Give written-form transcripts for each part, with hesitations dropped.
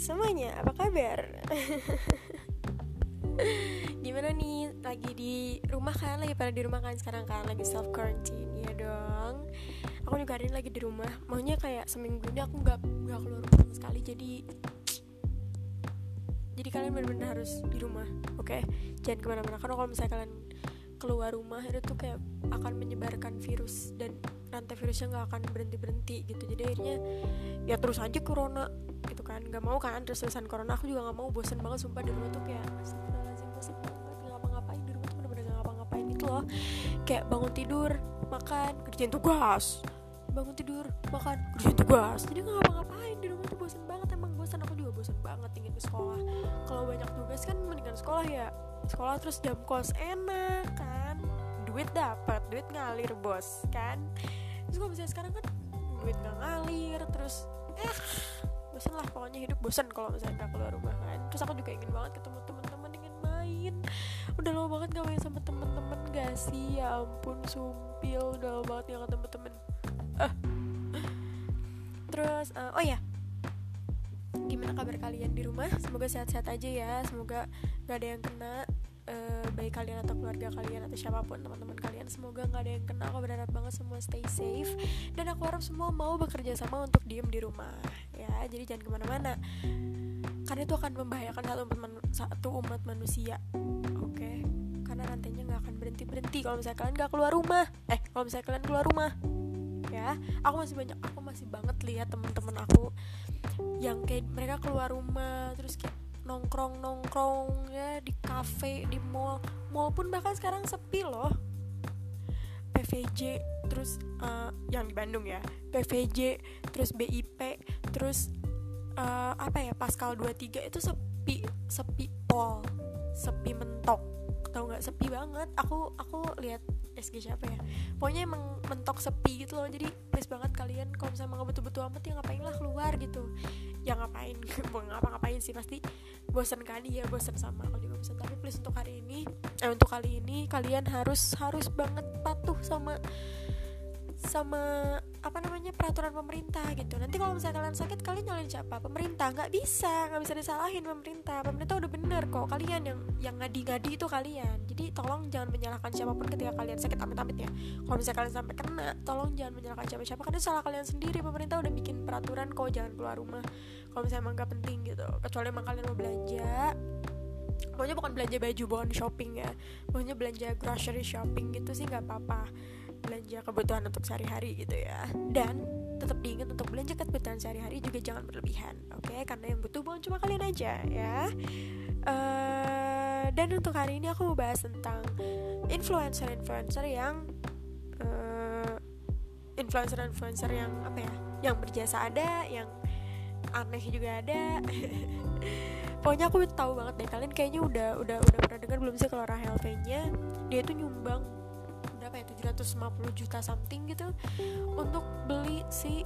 semuanya, apa kabar? Gimana nih, lagi di rumah kan? Lagi pada di rumah kan sekarang kan? Lagi self quarantine, ya dong. Aku juga hari ini lagi di rumah. Maunya kayak seminggu ini aku gak keluar rumah sama sekali. Jadi kalian benar-benar harus di rumah, oke? Jangan kemana-mana. Karena kalau misalnya kalian keluar rumah, itu tuh kayak akan menyebarkan virus. Dan rantai virusnya gak akan berhenti-berhenti gitu. Jadi akhirnya ya terus aja corona gitu kan. Gak mau kan terus-terusan corona. Aku juga gak mau, bosen banget sumpah di rumah tuh kayak astagfirullahaladzim, bosen banget gak ngapa-ngapain di rumah tuh, bener-bener gak ngapa-ngapain gitu loh. Kayak bangun tidur, makan, kerjain tugas, bangun tidur, makan, kerjain tugas. Jadi gak ngapa-ngapain di rumah tuh, bosen banget. Emang bosen, aku juga bosen banget ingin ke sekolah. Kalau banyak tugas kan mendingan sekolah ya. Sekolah terus jam kos enak kan, duit dapat, duit ngalir bos kan. Terus kalau misalnya sekarang kan duit gak ngalir, terus bosen lah pokoknya, hidup bosen kalau misalnya gak keluar rumah kan. Terus aku juga ingin banget ketemu teman-teman, ingin main. Udah lama banget gak main sama teman-teman gak sih? Ya ampun sumpil, udah lama banget gak ketemu temen. Terus oh ya, gimana kabar kalian di rumah? Semoga sehat-sehat aja ya. Semoga gak ada yang kena, baik kalian atau keluarga kalian atau siapapun teman-teman kalian. Semoga gak ada yang kena. Aku berharap banget semua stay safe. Dan aku harap semua mau bekerja sama untuk diem di rumah ya. Jadi jangan kemana-mana, karena itu akan membahayakan satu umat manusia. Oke? Karena rantainya gak akan berhenti-berhenti kalau misalnya kalian gak keluar rumah. Kalau misalnya kalian keluar rumah ya. Aku masih banget lihat teman-teman aku yang kayak mereka keluar rumah terus kayak nongkrong ya di kafe, di mall pun bahkan sekarang sepi loh. PVJ terus yang di Bandung ya, PVJ terus BIP terus Pascal 23 itu sepi pol, sepi mentok, tau nggak, sepi banget. Aku lihat SG siapa ya, pokoknya emang mentok sepi gitu loh. Jadi please banget kalian kalau misalnya emang betul-betul amat ya ngapain lah keluar gitu. Ya ngapain, ngapa-ngapain sih, pasti bosan kan. Iya bosan, sama aku juga bosan. Tapi please untuk kali ini kalian harus banget patuh sama peraturan pemerintah gitu. Nanti kalau misalnya kalian sakit, kalian nyalain siapa? Pemerintah. Nggak bisa disalahin pemerintah udah bener kok. Kalian yang ngadi-ngadi itu kalian. Jadi tolong jangan menyalahkan siapapun ketika kalian sakit, amit-amit ya. Kalau misalnya kalian sampai kena, tolong jangan menyalahkan siapa-siapa, karena itu salah kalian sendiri. Pemerintah udah bikin peraturan kok, jangan keluar rumah kalau misalnya emang nggak penting gitu, kecuali emang kalian mau belanja. Pokoknya bukan belanja baju, bukan shopping ya, pokoknya belanja grocery shopping gitu sih nggak apa-apa, belanja kebutuhan untuk sehari-hari gitu ya. Dan tetap diingat untuk belanja kebutuhan sehari-hari juga jangan berlebihan, oke? Karena yang butuh bukan cuma kalian aja ya. Dan untuk hari ini aku mau bahas tentang influencer yang apa ya, yang berjasa ada, yang aneh juga ada. Pokoknya aku tahu banget deh, kalian kayaknya udah pernah dengar belum sih kalau Rahel V-nya dia itu nyumbang berapa ya, 750 juta something gitu untuk beli si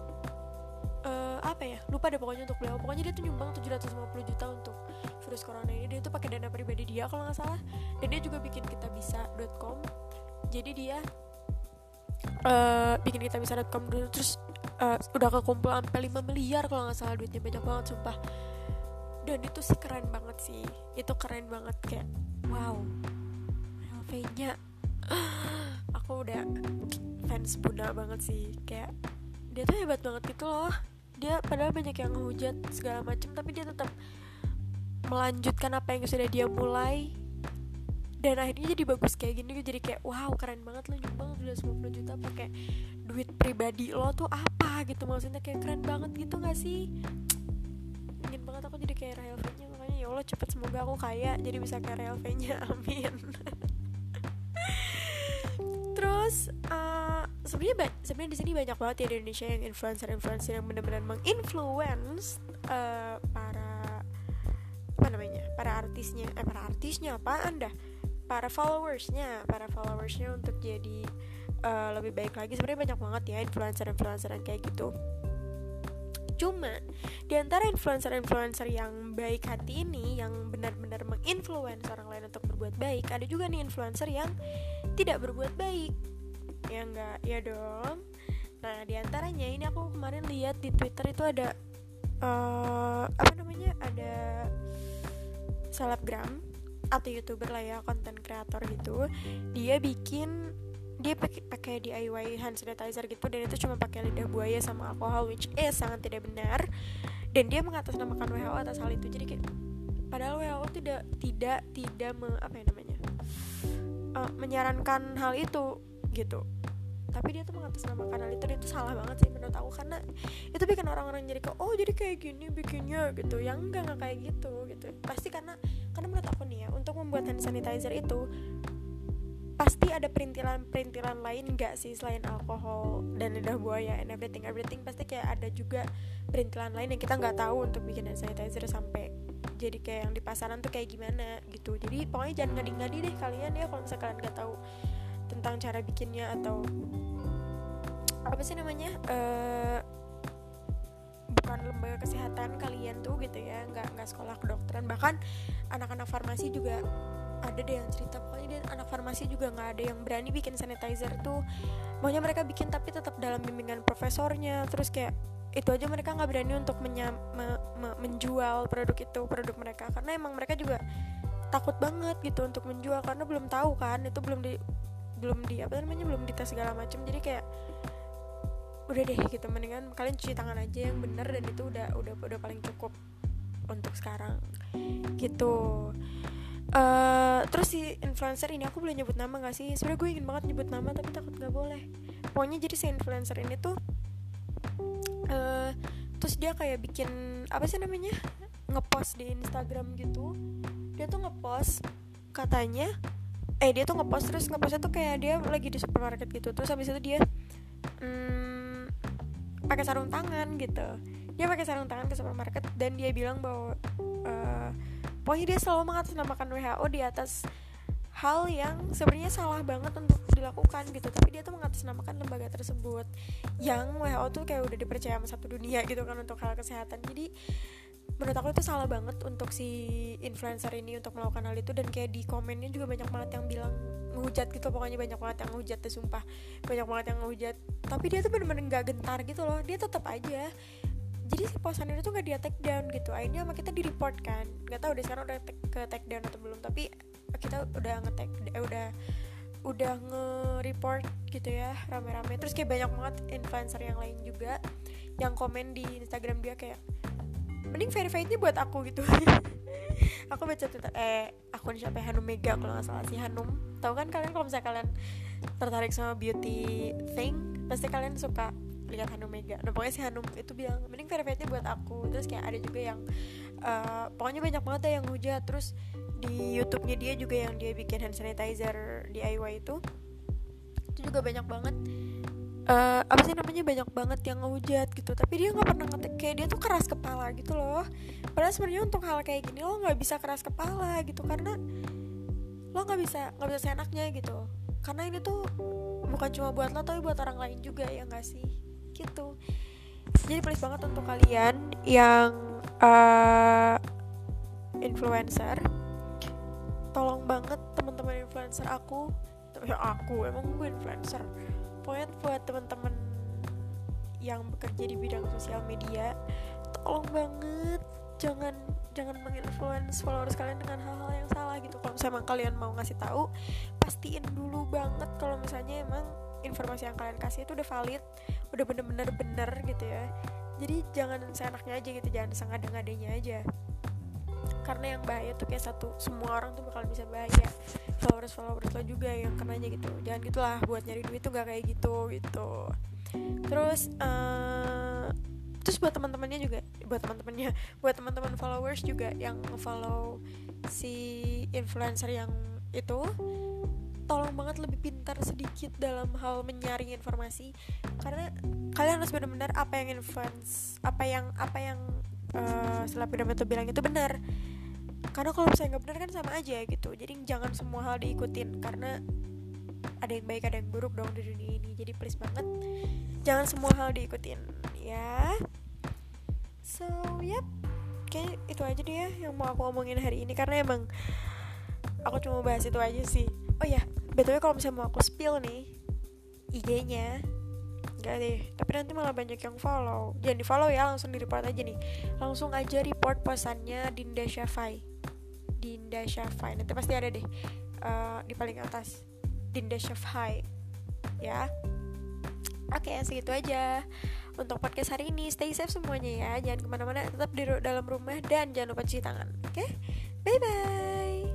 lupa deh pokoknya untuk beliau. Pokoknya dia tuh nyumbang 750 juta untuk virus corona ini. Dia tuh pakai dana pribadi dia kalau nggak salah. Dan dia juga bikin kitabisa.com. Jadi dia bikin kitabisa.com dulu, terus udah kekumpul sampai 5 miliar kalau nggak salah, duitnya banyak banget sumpah. Dan itu sih keren banget sih, itu keren banget, kayak wow, LV-nya aku udah fans Bunda banget sih, kayak dia tuh hebat banget gitu loh. Dia padahal banyak yang ngehujat segala macam, tapi dia tetap melanjutkan apa yang sudah dia mulai, dan akhirnya jadi bagus kayak gini. Jadi kayak wow, keren banget lo nyumbang 250 juta pakai duit pribadi lo tuh apa gitu, maksudnya kayak keren banget gitu gak sih? Ingin banget aku jadi kayak Rahel V-nya, makanya ya Allah cepet semoga aku kaya jadi bisa kayak Rahel V-nya, amin. Terus sebenarnya di sini banyak banget ya di Indonesia yang influencer yang benar-benar menginfluence para followersnya untuk jadi lebih baik lagi. Sebenarnya banyak banget ya influencer yang kayak gitu. Cuma di antara influencer yang baik hati ini, yang benar-benar menginfluence orang lain untuk berbuat baik, ada juga nih influencer yang tidak berbuat baik. Ya enggak, ya dong. Nah, di antaranya ini aku kemarin lihat di Twitter itu ada ada selebgram atau youtuber lah ya, konten kreator gitu. Dia pakai DIY hand sanitizer gitu, dan itu cuma pakai lidah buaya sama alkohol, which is sangat tidak benar, dan dia mengatasnamakan WHO atas hal itu. Jadi kayak padahal WHO tidak menyarankan hal itu gitu, tapi dia tuh mengatasnamakan hal itu, dan itu salah banget sih menurut aku, karena itu bikin orang-orang jadi jadi kayak gini bikinnya gitu, yang enggak kayak gitu. Pasti karena menurut aku nih ya, untuk membuat hand sanitizer itu pasti ada perintilan lain enggak sih selain alkohol dan lidah buaya and everything pasti kayak ada juga perintilan lain yang kita nggak tahu untuk bikin hand sanitizer sampai jadi kayak yang di pasaran tuh kayak gimana gitu. Jadi pokoknya jangan ngadi-ngadi deh kalian ya, kalau misalkan kalian nggak tahu tentang cara bikinnya atau bukan lembaga kesehatan kalian tuh gitu ya, nggak sekolah kedokteran. Bahkan anak-anak farmasi juga ada deh yang cerita, pokoknya anak farmasi juga nggak ada yang berani bikin sanitizer tuh, maunya mereka bikin tapi tetap dalam bimbingan profesornya. Terus kayak itu aja mereka nggak berani untuk menjual produk mereka, karena emang mereka juga takut banget gitu untuk menjual, karena belum tahu kan, itu belum dites segala macam. Jadi kayak udah deh gitu, mendingan kalian cuci tangan aja yang bener, dan itu udah paling cukup untuk sekarang gitu. Terus si influencer ini, aku boleh nyebut nama gak sih? Sebenarnya gue ingin banget nyebut nama tapi takut gak boleh. Pokoknya jadi si influencer ini tuh terus dia kayak bikin ngepost di Instagram gitu. Dia tuh ngepost katanya dia tuh ngepost, terus ngepostnya tuh kayak dia lagi di supermarket gitu. Terus habis itu dia pakai sarung tangan gitu. Dia pakai sarung tangan ke supermarket, dan dia bilang bahwa pokoknya dia selalu mengatasnamakan WHO di atas hal yang sebenarnya salah banget untuk dilakukan gitu, tapi dia tuh mengatasnamakan lembaga tersebut yang WHO tuh kayak udah dipercaya sama satu dunia gitu kan untuk hal kesehatan. Jadi menurut aku itu salah banget untuk si influencer ini untuk melakukan hal itu. Dan kayak di komennya juga banyak banget yang bilang ngehujat gitu, pokoknya banyak banget yang ngehujat deh, sumpah banyak banget yang ngehujat. Tapi dia tuh bener-bener gak gentar gitu loh, dia tetap aja. Jadi si posan itu tuh gak dia take down gitu. Akhirnya sama kita di report kan, gak tahu deh sekarang udah ke take down atau belum, tapi kita udah nge-report gitu ya rame-rame. Terus kayak banyak banget influencer yang lain juga yang komen di Instagram dia kayak, mending verified-nya buat aku gitu. Aku baca Twitter akun siapa ya, Hanum Mega kalau nggak salah, si Hanum. Tahu kan kalian kalau misalnya kalian tertarik sama beauty thing, pasti kalian suka lihat Hanum Mega. Nah pokoknya si Hanum itu bilang mending verified-nya buat aku. Terus kayak ada juga yang pokoknya banyak banget ya yang hujat. Terus di YouTube-nya dia juga yang dia bikin hand sanitizer DIY itu juga banyak banget banyak banget yang ngehujat gitu. Tapi dia nggak pernah kayak dia tuh keras kepala gitu loh. Padahal sebenarnya untuk hal kayak gini lo nggak bisa keras kepala gitu, karena lo nggak bisa seenaknya gitu, karena ini tuh bukan cuma buat lo tapi buat orang lain juga, ya nggak sih gitu. Jadi please banget untuk kalian yang influencer, tolong banget teman-teman influencer aku emang gue influencer, pokoknya buat teman-teman yang bekerja di bidang sosial media, tolong banget jangan menginfluence followers kalian dengan hal-hal yang salah gitu. Kalau misalnya emang kalian mau ngasih tahu, pastiin dulu banget kalau misalnya emang informasi yang kalian kasih itu udah valid, udah bener-bener bener gitu ya. Jadi jangan seenaknya aja gitu, jangan sengada-ngadanya aja, karena yang bahaya tuh kayak semua orang tuh bakal bisa bahaya, followers lo juga yang kenanya gitu. Jangan gitulah, buat nyari duit tuh gak kayak gitu. Terus buat teman-teman followers juga yang follow si influencer yang itu, tolong banget lebih pintar sedikit dalam hal menyaring informasi, karena kalian harus benar-benar apa yang selebgram itu bilang itu benar. Karena kalau misalnya nggak benar kan sama aja gitu. Jadi jangan semua hal diikutin, karena ada yang baik ada yang buruk dong di dunia ini. Jadi please banget jangan semua hal diikutin ya. So yep, kayak itu aja deh ya yang mau aku omongin hari ini, karena emang aku cuma bahas itu aja sih. Oh ya, btw kalau misalnya mau aku spill nih IG-nya, Enggak deh, tapi nanti malah banyak yang follow. Jangan di follow ya, langsung di report aja nih. Langsung aja report posannya Dinda Syafai. Nanti pasti ada deh di paling atas, Dinda Syafai ya. Oke, segitu aja untuk podcast hari ini. Stay safe semuanya ya, jangan kemana-mana, tetap di dalam rumah dan jangan lupa cuci tangan. Oke, bye bye.